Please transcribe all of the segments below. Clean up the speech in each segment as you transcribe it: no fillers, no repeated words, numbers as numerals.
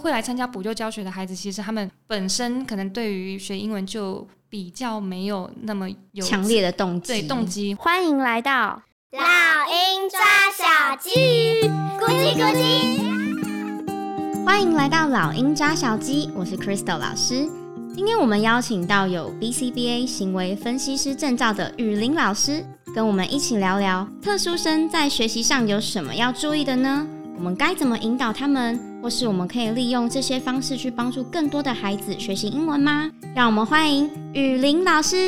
会来参加补救教学的孩子，其实他们本身可能对于学英文就比较没有那么有强烈的动机。 对，动机。 欢迎来到老鹰抓小鸡，咕叽咕叽。 欢迎来到老鹰抓小鸡，我是 Crystal 老师。今天我们邀请到有 BCBA 行为分析师证照的雨林老师，跟我们一起聊聊特殊生在学习上有什么要注意的呢？我们该怎么引导他们，或是我们可以利用这些方式去帮助更多的孩子学习英文吗？让我们欢迎雨林老师。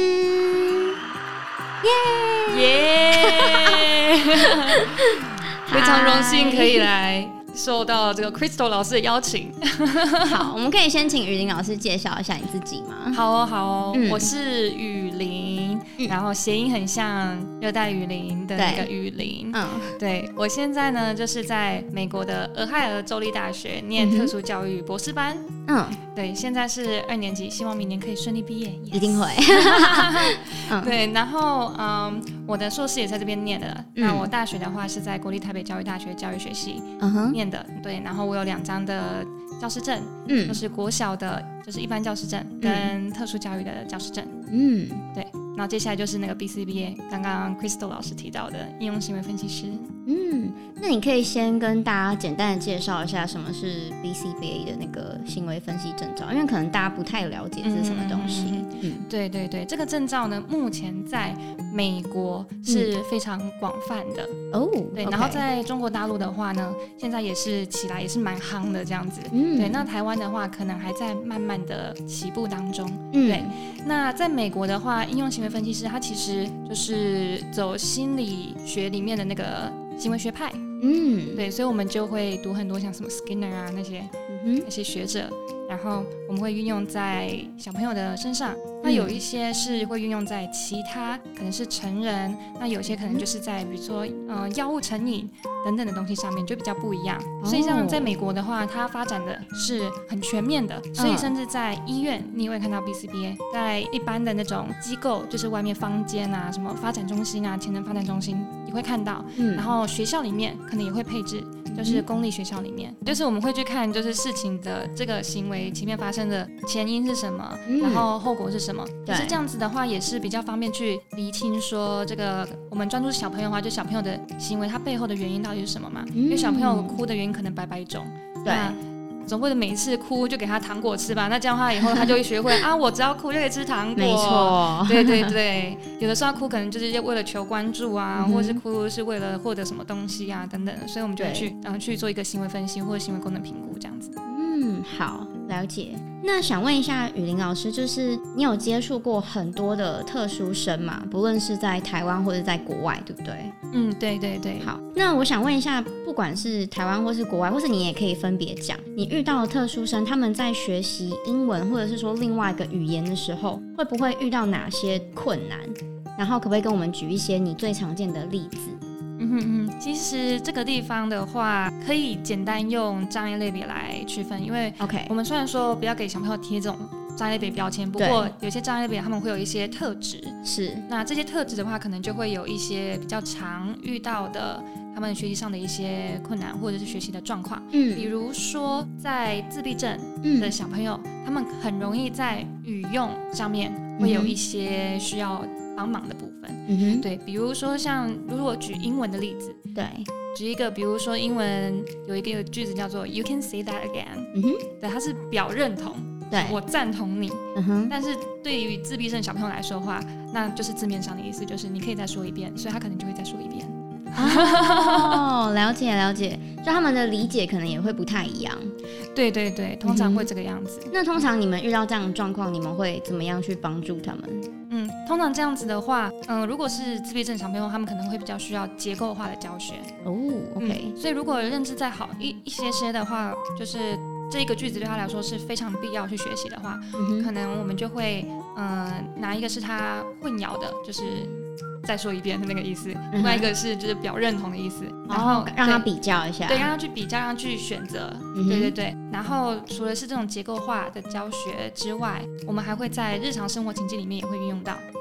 耶！非常荣幸可以来受到这个 Crystal 老师的邀请。 好，我们可以先请雨林老师介绍一下你自己吗？ 好哦，好哦，我是雨林，然后谐音很像热带雨林的那个雨林。对，我现在呢就是在美国的俄亥俄州立大学念特殊教育博士班。对，现在是2年级，希望明年可以顺利毕业。 一定会。 对，然后我的硕士也在这边念的。那我大学的话是在国立台北教育大学教育学系念的。对，然后我有2张的教师证，就是国小的，就是一般教师证跟特殊教育的教师证。对，然后接下来就是那个 BCBA， 刚刚 Crystal 老师提到的应用行为分析师。 那你可以先跟大家简单的介绍一下什么是 BCBA 的那个行为分析证照，因为可能大家不太了解这是什么东西。 对对对，这个证照呢，目前在美国是非常广泛的。对，然后在中国大陆的话呢，现在也是起来也是蛮夯的这样子。对，那台湾的话可能还在慢慢的起步当中。对，那在美国的话，应用行为分析师它其实就是走心理学里面的那个行为学派。对，所以我们就会读很多像什么 Skinner 啊那些学者，然后我们会运用在小朋友的身上。那有一些是会运用在其他可能是成人，那有些可能就是在比如说药物成瘾等等的东西上面就比较不一样。所以像在美国的话，它发展的是很全面的，所以甚至在医院你也会看到 BCBA， 在一般的那种机构，就是外面坊间啊，什么发展中心啊、潜能发展中心也会看到。然后学校里面可能也会配置，就是公立学校里面，就是我们会去看就是事情的这个行为前面发生的前因是什么，然后后果是什么。就是这样子的话也是比较方便去厘清说这个我们专注小朋友的话，就小朋友的行为它背后的原因到底是什么嘛。因为小朋友哭的原因可能百百种。对，总不能每一次哭就给他糖果吃吧，那这样的话以后他就会学会啊，我只要哭就可以吃糖果。 没错。 对对对，有的时候他哭可能就是为了求关注啊，或者是哭是为了获得什么东西啊等等，所以我们就会去做一个行为分析或者行为功能评估这样子。 好，了解。那想问一下雨林老师，就是你有接触过很多的特殊生嘛？不论是在台湾或者在国外，对不对？ 对对对。 好，那我想问一下，不管是台湾或是国外，或是你也可以分别讲，你遇到的特殊生他们在学习英文或者是说另外一个语言的时候，会不会遇到哪些困难？然后可不可以跟我们举一些你最常见的例子？ 其实这个地方的话，可以简单用障碍类别来区分，因为我们虽然说不要给小朋友贴这种障碍类别标签，不过有些障碍类别他们会有一些特质，是那这些特质的话，可能就会有一些比较常遇到的他们学习上的一些困难或者是学习的状况。比如说在自闭症的小朋友，他们很容易在语用上面会有一些需要帮忙的部分。对，比如说像如果举英文的例子，对，举一个比如说英文有一个句子叫做 You can say that again。对，它是表认同，对，我赞同你。但是对于自闭症小朋友来说的话，那就是字面上的意思，就是你可以再说一遍，所以他可能就会再说一遍。 了解了解，就他们的理解可能也会不太一样。 对对对，通常会这个样子。 那通常你们遇到这样的状况，你们会怎么样去帮助他们？ 通常这样子的话，如果是自闭症小朋友，他们可能会比较需要结构化的教学。OK。所以如果认知再好一些的话，就是这一个句子对他来说是非常必要去学习的话，可能我们就会拿一个是他混淆的，就是再说一遍的那个意思，另外一个是就是表认同的意思，然后让他比较一下， 对，让他去比较，让他去选择，对对对。然后除了是这种结构化的教学之外，我们还会在日常生活情境里面也会运用到。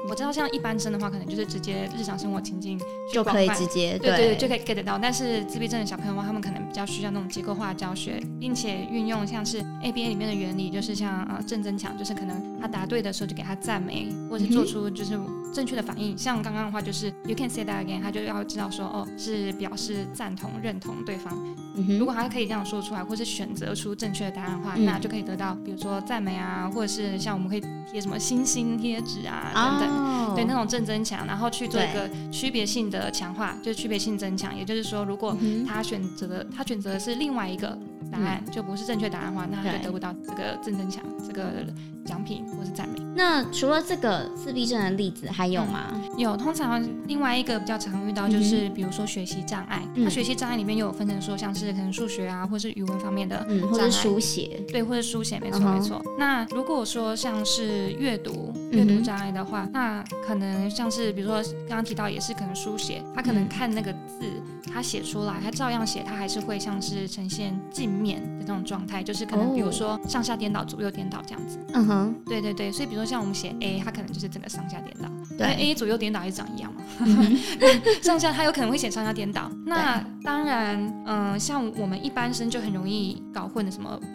我知道像一般生的话，可能就是直接日常生活情境就可以直接对就可以 get 得到。但是自闭症的小朋友的话，他们可能比较需要那种结构化的教学，并且运用像是 ABA 里面的原理，就是像正增强，就是可能他答对的时候就给他赞美，或者是做出就是正确的反应。像刚刚的话就是 You can say that again， 他就要知道说是表示赞同认同对方。如果他可以这样说出来，或是选择出正确的答案的话，那就可以得到比如说赞美啊，或者是像我们可以贴什么星星贴纸啊等等，对那种正增强，然后去做一个区别性的强化，就是区别性增强。也就是说，如果他选择的是另外一个答案，就不是正确答案的话，那他就得不到这个正增强这个奖品或是赞美。 那除了这个自闭症的例子还有吗？ 有，通常另外一个比较常遇到就是比如说学习障碍，那学习障碍里面又有分成说像是可能数学啊，或是语文方面的障碍， 或者书写， 对，或者书写，没错没错。那如果说像是阅读障碍的话，那可能像是比如说刚刚提到也是可能书写，他可能看那个字，他写出来，他照样写，他还是会像是呈现镜面的那种状态，就是可能比如说上下颠倒、左右颠倒这样子。对对对，所以比如说像我们写 A， 它可能就是整个上下颠倒，对 ，A 左右颠倒还是长一样嘛，上下它有可能会写上下颠倒。那当然，像我们一般生就很容易搞混的什么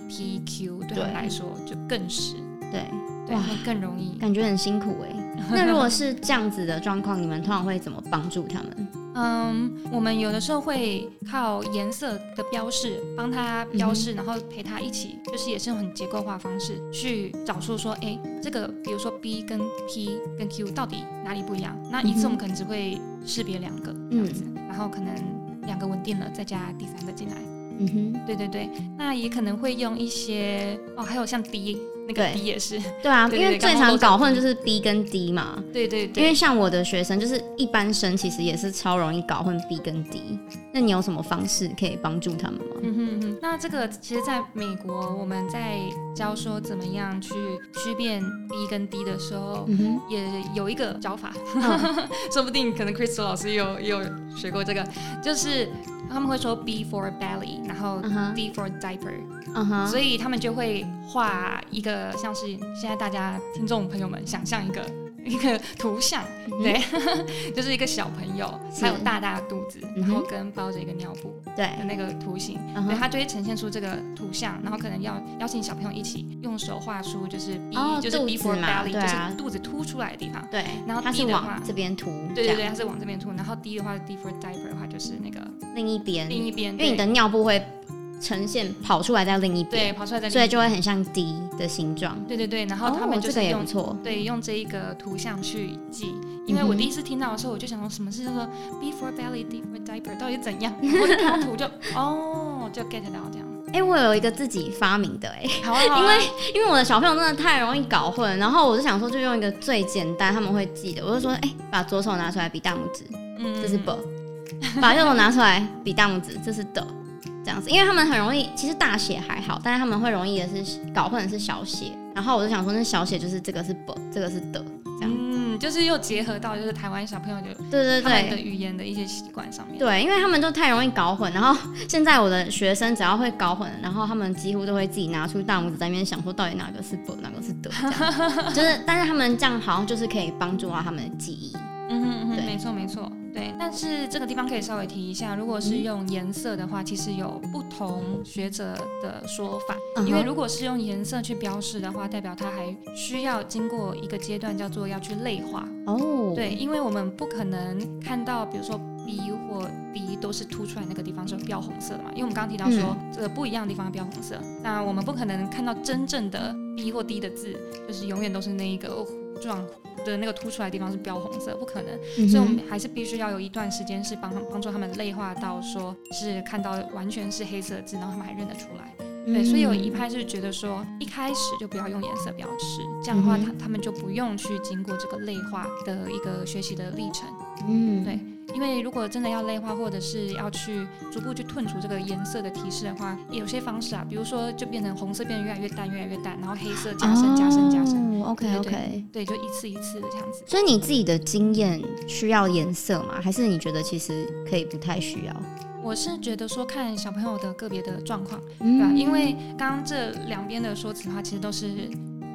B、P、Q， 对他们来说就更是对，会更容易， 感觉很辛苦那如果是这样子的状况，你们通常会怎么帮助他们？ 我们有的时候会靠颜色的标示帮他标示，然后陪他一起，就是也是用很结构化的方式去找出说，这个比如说 B 跟 P 跟 Q 到底哪里不一样？那一次我们可能只会识别2个这样子，然后可能2个稳定了，再加第3个进来。对对对，那也可能会用一些还有像 D， 那个 D 也是， 对啊，因为最常搞混就是 B 跟 D 嘛。 对对对， 因为像我的学生就是一般生，其实也是超容易搞混 B 跟 D。那你有什么方式可以帮助他们吗？ 那这个其实在美国我们在教说怎么样去区辨 B 跟 D 的时候，也有一个教法，说不定可能 Crystal 老师也有学过这个，就是他们会说 B for belly， 然后 D for diaper，所以他们就会画一个像是现在大家听众朋友们想象一个图像，对，就是一个小朋友，还有大大的肚子，然后跟包着一个尿布的那个图形，对，他就会呈现出这个图像，然后可能要邀请小朋友一起用手画出就是 B，就是 B for belly，就是肚子凸出来的地方， 对， 然后 D 的话往这边凸， 对对对，它是往这边凸，然后 D 的话 D for diaper 的话就是那个另一边， 因为你的尿布会呈现跑出来在另一边， 对，跑出来在另一边， 所以就会很像 D 的形状。 对对对，然后他们就是用、 这个也不错， 对，用这一个图像去记。因为我第一次听到的时候，我就想说什么是叫做 B for belly D for diaper 到底怎样？然后就看到图就就 get 到这样。 我有一个自己发明的好啊， 因为我的小朋友真的太容易搞混，然后我就想说就用一个最简单他们会记的，我就说把左手拿出来比大拇指，这是 B， 把右手拿出来比大拇指，这是 D。这样子，因为他们很容易，其实大写还好，但是他们会容易的是搞混的是小写，然后我就想说，那小写就是这个是 B， 这个是 D， 这样， 就是又结合到就是台湾小朋友的对他们的语言的一些习惯上面， 对，因为他们就太容易搞混，然后现在我的学生只要会搞混，然后他们几乎都会自己拿出大拇指在那边想说，到底哪个是 B， 哪个是 D， 这样就是，但是他们这样好像就是可以帮助到他们的记忆， 对，没错没错。对，但是这个地方可以稍微提一下，如果是用颜色的话，其实有不同学者的说法。因为如果是用颜色去标示的话，代表它还需要经过一个阶段，叫做要去类化。对，因为我们不可能看到，比如说 B 或 D 都是凸出来那个地方是标红色的嘛，因为我们刚刚提到说，这个不一样的地方标红色，那我们不可能看到真正的 B 或 D 的字，就是永远都是那一个弧状的那个凸出来的地方是标红色，不可能，所以我们还是必须要有一段时间是帮助他们类化到说是看到完全是黑色的字，然后他们还认得出来。对，所以有一派是觉得说一开始就不要用颜色标示，这样的话他们就不用去经过这个类化的一个学习的历程。对，因为如果真的要类化，或者是要去逐步去褪除这个颜色的提示的话，有些方式啊，比如说就变成红色变得越来越淡，越来越淡，然后黑色加深加深加深。 OK， 对，就一次一次的这样子。 所以你自己的经验需要颜色吗？还是你觉得其实可以不太需要？ 我是觉得说看小朋友的个别的状况，对吧？因为刚刚这两边的说辞的话，其实都是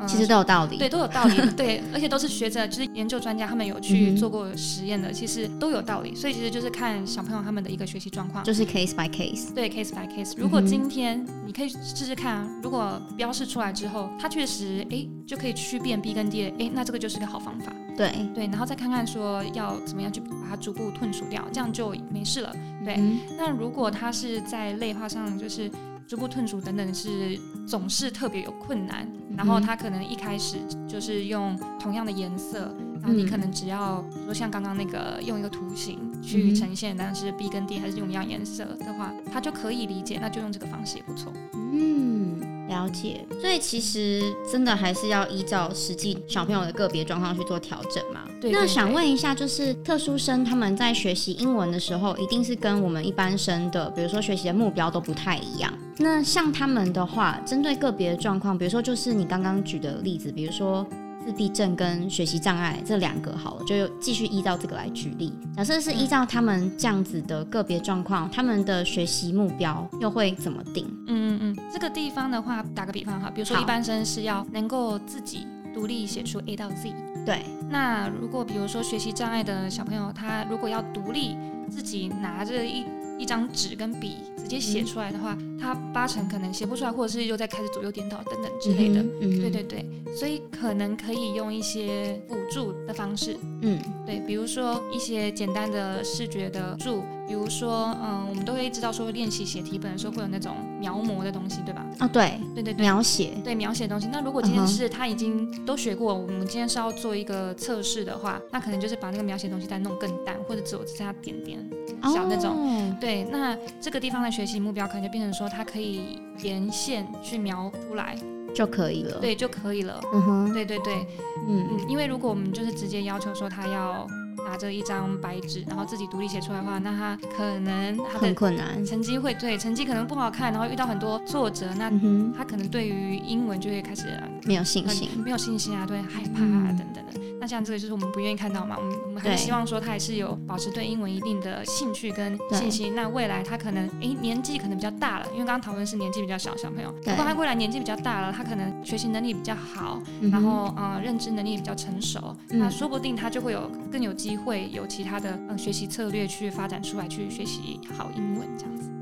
其实都有道理， 对，都有道理的，对，而且都是学者，就是研究专家，他们有去做过实验的，其实都有道理。所以其实就是看小朋友他们的一个学习状况， 就是 case by case， 对 case by case。如果今天你可以试试看啊，如果标示出来之后，它确实就可以区辨 B 跟 D 的，那这个就是个好方法。 对， 然后再看看说要怎么样去把它逐步吞除掉，这样就没事了。对，那如果它是在类化上就是逐步吞除等等是总是特别有困难，然后它可能一开始就是用同样的颜色，然后你可能只要比如说像刚刚那个用一个图形去呈现，但是 B 跟 D 还是用一样颜色的话，它就可以理解，那就用这个方式也不错。 了解。所以其实真的还是要依照实际小朋友的个别状况去做调整嘛。 对。 那想问一下，就是特殊生他们在学习英文的时候，一定是跟我们一般生的，比如说学习的目标都不太一样。那像他们的话，针对个别的状况，比如说就是你刚刚举的例子，比如说自闭症跟学习障碍这2个好了，就继续依照这个来举例。假设是依照他们这样子的个别状况，他们的学习目标又会怎么定？ 这个地方的话，打个比方哈，比如说一般生是要能够自己独立写出 A 到 Z。 对。 那如果比如说学习障碍的小朋友，他如果要独立自己拿着一张纸跟笔直接写出来的话，他80%可能写不出来，或者是又在开始左右颠倒等等之类的。对，所以可能可以用一些辅助的方式。对，比如说一些简单的视觉的助，比如说我们都会知道说练习写题本的时候会有那种描摹的东西，对吧？ 对，描写的东西。那如果今天是他已经都学过，我们今天是要做一个测试的话，那可能就是把那个描写的东西再弄更淡，或者只有剩下点点小那种。对，那这个地方的学习目标可能就变成说，他可以沿线去描出来就可以了。 对，就可以了。对。因为如果我们就是直接要求说他要拿着一张白纸，然后自己独立写出来的话，那他可能他的很困难， 成绩可能不好看，然后遇到很多挫折，那他可能对于英文就会开始没有信心啊，对，害怕啊等等的。那像这个就是我们不愿意看到嘛，我们还是希望说他还是有保持对英文一定的兴趣跟信心。那未来他可能年纪可能比较大了，因为刚刚讨论是年纪比较小的小朋友，如果他未来年纪比较大了，他可能学习能力比较好，然后认知能力比较成熟，那说不定他就会更有机会有其他的学习策略去发展出来，去学习好英文这样子。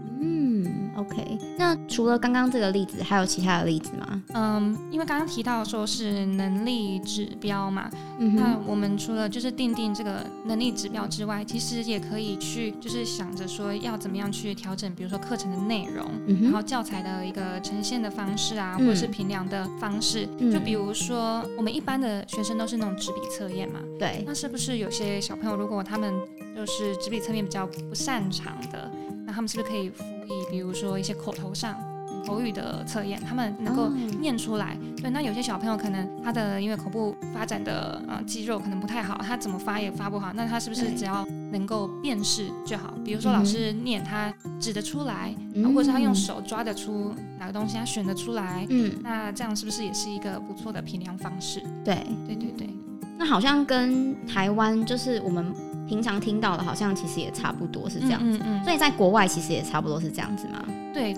OK， 那除了刚刚这个例子，还有其他的例子吗？ 因为刚刚提到说是能力指标嘛，那我们除了就是定这个能力指标之外，其实也可以去就是想着说要怎么样去调整，比如说课程的内容，然后教材的一个呈现的方式啊，或者是评量的方式。就比如说我们一般的学生都是那种纸笔测验嘛， 对， 那是不是有些小朋友如果他们就是纸笔测验比较不擅长的，那他们是不是可以辅以比如说一些口语的测验，他们能够念出来。对，那有些小朋友可能他的因为口部发展的肌肉可能不太好，他怎么发也发不好，那他是不是只要能够辨识就好？比如说老师念他指得出来，或者是他用手抓得出哪个东西，他选得出来，那这样是不是也是一个不错的评量方式？ 对。那好像跟台湾就是我们平常听到的，好像其实也差不多是这样子。所以在国外其实也差不多是这样子吗？ 对。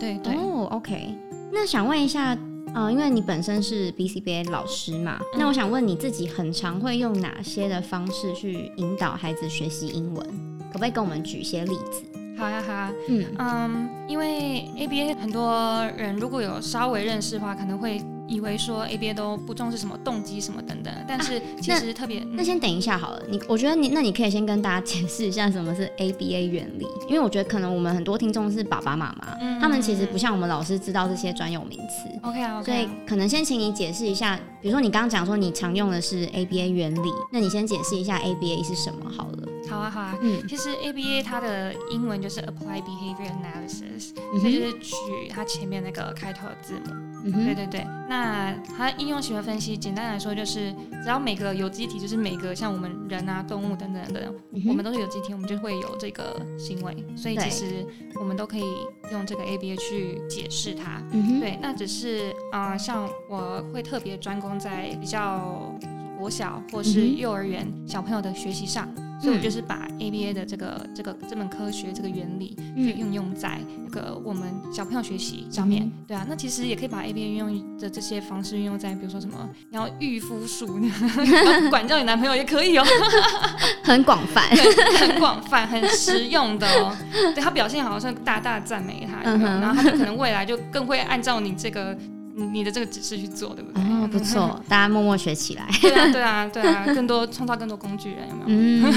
OK。那想问一下，因为你本身是 BCBA 老师嘛，那我想问你自己很常会用哪些的方式去引导孩子学习英文？可不可以跟我们举一些例子？ 好呀，因为 ABA 很多人如果有稍微认识的话，可能会以为说 ABA 都不重视什么动机什么等等，但是其实特别那先等一下好了，我觉得你可以先跟大家解释一下什么是 ABA 原理，因为我觉得可能我们很多听众是爸爸妈妈，他们其实不像我们老师知道这些专有名词。 OK， 所以可能先请你解释一下，比如说你刚刚讲说你常用的是 ABA 原理，那你先解释一下 ABA 是什么好了。 好啊，其实 ABA 它的英文就是 Applied Behavior Analysis，所以就是取它前面那个开头的字母。对，那它应用行为分析，简单来说就是只要每个有机体，就是每个像我们人啊、动物等等的，我们都是有机体，我们就会有这个行为，所以其实我们都可以用这个 ABA 去解释它。对，那只是像我会特别专攻在比较国小或是幼儿园小朋友的学习上， 所以我就是把 ABA 的这门科学这个原理去运用在我们小朋友学习上面。对啊，那其实也可以把 ABA 运用的这些方式运用在比如说什么你要御夫术管教你男朋友也可以哦很广泛很广泛很实用的哦。对，他表现好像大大赞美他，然后他就可能未来就更会按照你的这个指示去做，对不对？ 哦，不错，大家默默学起来。 对啊，创造更多工具人，有没有？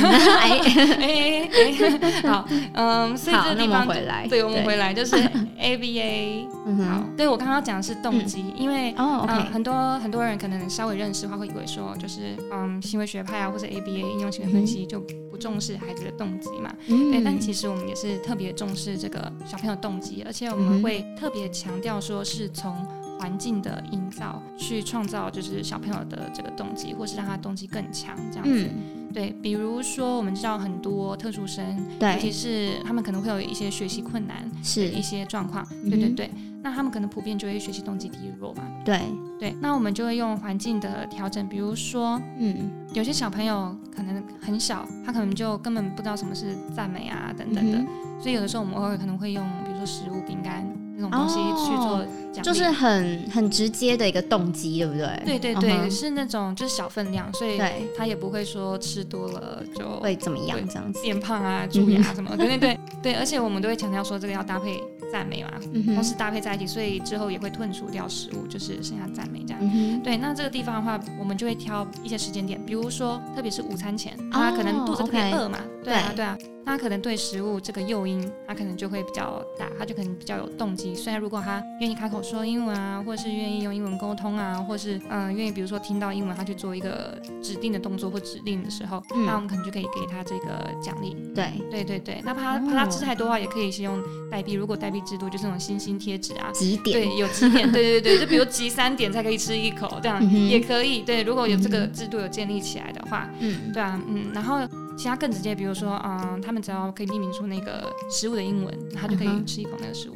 好，所以这个地方，对，我们回来就是 ABA。好，对，我刚刚讲的是动机，因为很多人可能稍微认识的话，会以为说就是行为学派啊，或者 ABA 应用行为分析就不重视孩子的动机嘛。对，但其实我们也是特别重视这个小朋友动机，而且我们会特别强调说是从环境的营造去创造就是小朋友的这个动机，或是让他动机更强这样子。对，比如说我们知道很多特殊生，尤其是他们可能会有一些学习困难的一些状况，对，那他们可能普遍就会学习动机低落嘛。对，那我们就会用环境的调整，比如说有些小朋友可能很小，他可能就根本不知道什么是赞美啊等等的，所以有的时候我们偶尔可能会用比如说食物、饼干那种东西去做奖励， 就是很直接的一个动机，对不对？ 对，是那种就是小分量，所以他也不会说吃多了就会怎么样这样子， 变胖啊、蛀牙什么的。对，而且我们都会强调说这个要搭配赞美嘛，同时搭配在一起，所以之后也会吞除掉食物，就是剩下赞美这样。对，那这个地方的话，我们就会挑一些时间点，比如说特别是午餐前，他可能肚子特别饿嘛，对啊。他可能对食物这个诱因，他可能就会比较大，他就可能比较有动机。虽然如果他愿意开口说英文啊，或是愿意用英文沟通啊，或是愿意比如说听到英文他去做一个指定的动作或指令的时候，那我们可能就可以给他这个奖励。对，那怕他吃太多的话，也可以先用代币。如果代币制度就是那种星星贴纸啊， 几点？ 对，有几点？对，就比如集3点才可以吃一口，这样也可以。对，如果有这个制度有建立起来的话，对啊，然后。其他更直接，比如说，他们只要可以命名出那个食物的英文，他就可以吃一口那个食物。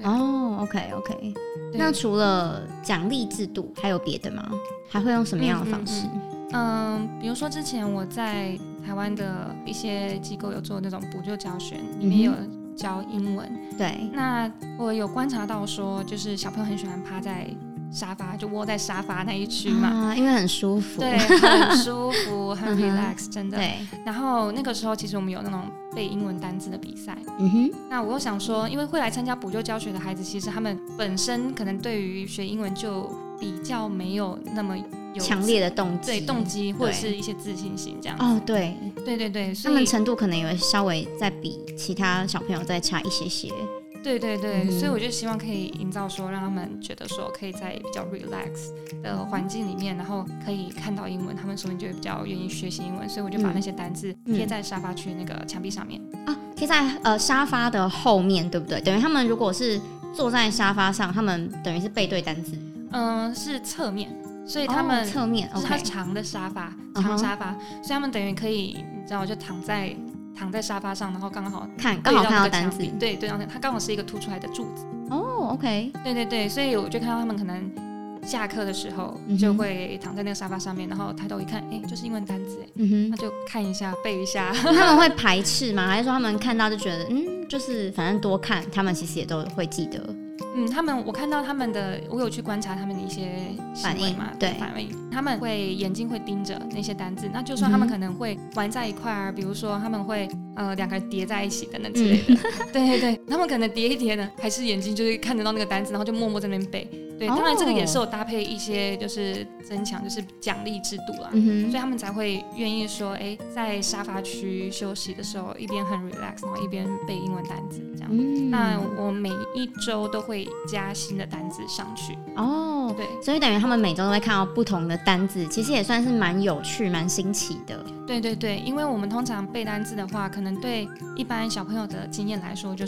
OK。那除了奖励制度，还有别的吗？还会用什么样的方式？ 比如说之前我在台湾的一些机构有做那种补救教学，里面有教英文。对，那我有观察到说，就是小朋友很喜欢趴在沙发，就窝在沙发那一区嘛， 因为很舒服， 对，很舒服，很 relax， 真的。对。然后那个时候，其实我们有那种背英文单字的比赛。那我又想说，因为会来参加补救教学的孩子，其实他们本身可能对于学英文就比较没有那么有强烈的动机， 对动机或者是一些自信心这样子。 对， 所以他们程度可能也稍微再比其他小朋友再差一些。 对，所以我就希望可以营造说，让他们觉得说可以在比较 relax 的环境里面，然后可以看到英文，他们说不定就会比较愿意学习英文。所以我就把那些单字贴在沙发区那个墙壁上面贴在沙发的后面，对不对？等于他们如果是坐在沙发上，他们等于是背对单字。 是侧面，所以他们侧面， 就是它长的沙发，长沙发，所以他们等于可以，你知道，就躺在沙发上，然后刚好看到单字，对，它刚好是一个凸出来的柱子。 OK， 对，所以我就看到他们可能下课的时候就会躺在那个沙发上面，然后抬头一看，就是英文单字，那就看一下背一下。 他们会排斥吗？还是说他们看到就觉得就是反正多看，他们其实也都会记得？ 我看到他们的，我有去观察他们的一些行为嘛，对，反应，他们会眼睛会盯着那些单字，那就算他们可能会玩在一块儿，比如说他们会2个人叠在一起等等之类的，对，他们可能叠一叠呢，还是眼睛就是看得到那个单字，然后就默默在那边背。对，当然这个也是有搭配一些就是增强就是奖励制度啦，所以他们才会愿意说，在沙发区休息的时候一边很 relax， 然后一边背英文单字这样。那我每一周都会加新的单字上去。对， 所以等于他们每周都会看到不同的单字，其实也算是蛮有趣、蛮新奇的。 对，因为我们通常背单字的话，可能对一般小朋友的经验来说，就是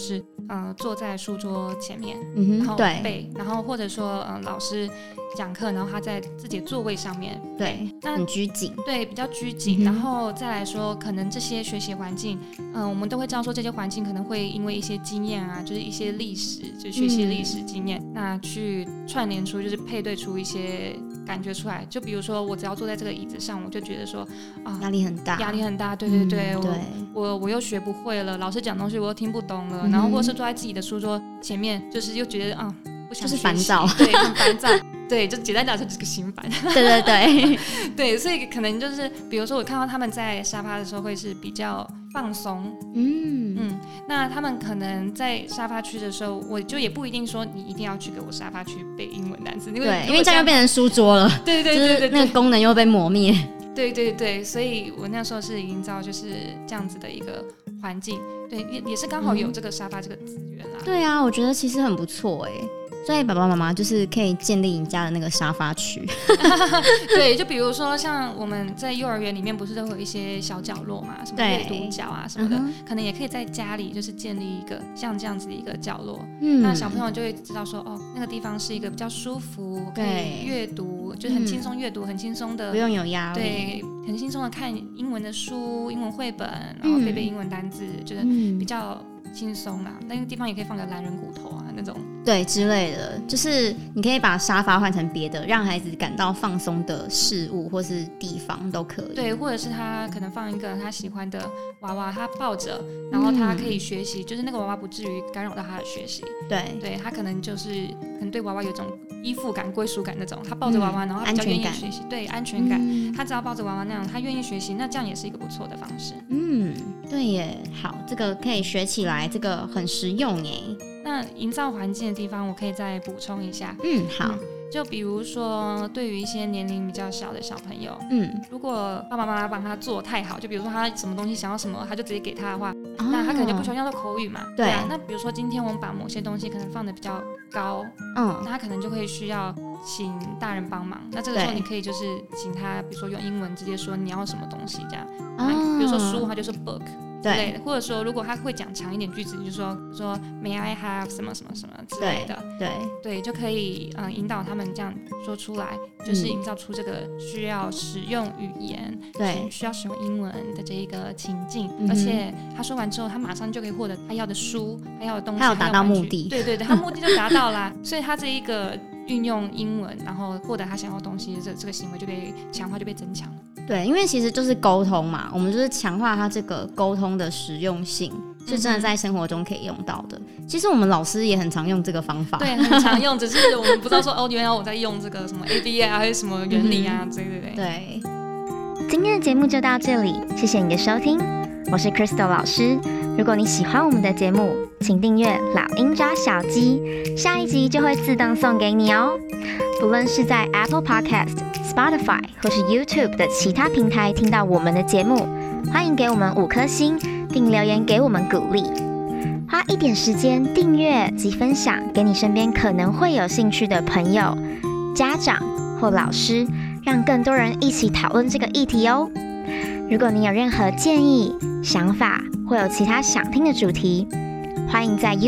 坐在书桌前面， 然后背，然后或者说老师讲课，然后他在自己的座位上面， 对，那很拘谨， 对，比较拘谨。然后再来说，可能这些学习环境，我们都会知道说这些环境可能会因为一些经验啊，就是一些历史，就是学习历史经验，那去串联出，就是配对出一些感觉出来。就比如说，我只要坐在这个椅子上，我就觉得说压力很大， 压力很大，对对对，我又学不会了，老师讲东西我又听不懂了，然后或者是坐在自己的书桌前面，就是又觉得不想学习， 就是烦躁， 对，很烦躁。对，就简单讲就是个心烦。 对对对对，所以可能就是比如说我看到他们在沙发的时候会是比较放松，那他们可能在沙发区的时候，我就也不一定说你一定要去给我沙发区背英文单词，因为这样就变成书桌了， 对对对 对， 那个功能又被磨灭。 对对对，所以我那时候是营造就是这样子的一个环境，对，也是刚好有这个沙发这个资源啦。 对啊，我觉得其实很不错所以爸爸妈妈就是可以建立你家的那个沙发区。 对，就比如说像我们在幼儿园里面不是都会有一些小角落嘛，什么阅读角啊什么的，可能也可以在家里就是建立一个像这样子的一个角落，那小朋友就会知道说那个地方是一个比较舒服，可以阅读，就是很轻松阅读，很轻松的， 不用有压力， 对，很轻松的看英文的书、英文绘本，然后背背英文单字，就是比较轻松啦。那个地方也可以放个懒人骨头啊那种， 对之类的，就是你可以把沙发换成别的，让孩子感到放松的事物或是地方都可以。 对，或者是他可能放一个他喜欢的娃娃，他抱着，然后他可以学习，就是那个娃娃不至于干扰到他的学习。对，他可能对娃娃有一种依附感、归属感那种，他抱着娃娃，然后他比较愿意学习，对，安全感。他只要抱着娃娃那样，他愿意学习，那这样也是一个不错的方式。 对耶，好，这个可以学起来，这个很实用耶。 那营造环境的地方，我可以再补充一下。 好。 就比如说，对于一些年龄比较小的小朋友，如果爸爸妈妈帮他做太好，就比如说他什么东西想要什么，他就直接给他的话，那他可能就不需要用到口语嘛。对啊。那比如说今天我们把某些东西可能放的比较高，那他可能就会需要请大人帮忙。那这个时候你可以就是请他，比如说用英文直接说你要什么东西这样。比如说书，他就说 book。之类的，或者说如果他会讲长一点句子，你就说 May I have 什么什么什么之类的，对，就可以引导他们这样说出来，就是营造出这个需要使用语言，对，需要使用英文的这一个情境，而且他说完之后，他马上就可以获得他要的书，他要的东西， 他有达到目的， 对，他目的就达到啦，所以他这一个运用英文，然后获得他想要的东西，这个行为就被强化，就被增强了。 对，因为其实就是沟通嘛，我们就是强化他这个沟通的实用性，是真的在生活中可以用到的。其实我们老师也很常用这个方法， 对，很常用，只是我们不知道说原来我在用这个什么 ABA 啊，还是什么原理啊， 对。 今天的节目就到这里，谢谢你的收听，我是 Crystal 老师。如果你喜欢我们的节目，请订阅老鹰抓小鸡，下一集就会自动送给你哦。不论是在 Apple Podcast、Spotify 或是 YouTube 的其他平台听到我们的节目，欢迎给我们5颗星，并留言给我们鼓励。花一点时间订阅及分享给你身边可能会有兴趣的朋友、家长或老师，让更多人一起讨论这个议题哦。如果你有任何建议、想法，或有其他想听的主题，欢迎在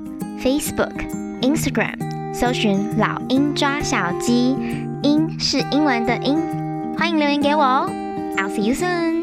YouTube、Facebook、Instagram 搜寻老鹰抓小鸡，鹰是英文的鹰，欢迎留言给我哦。I'll see you soon.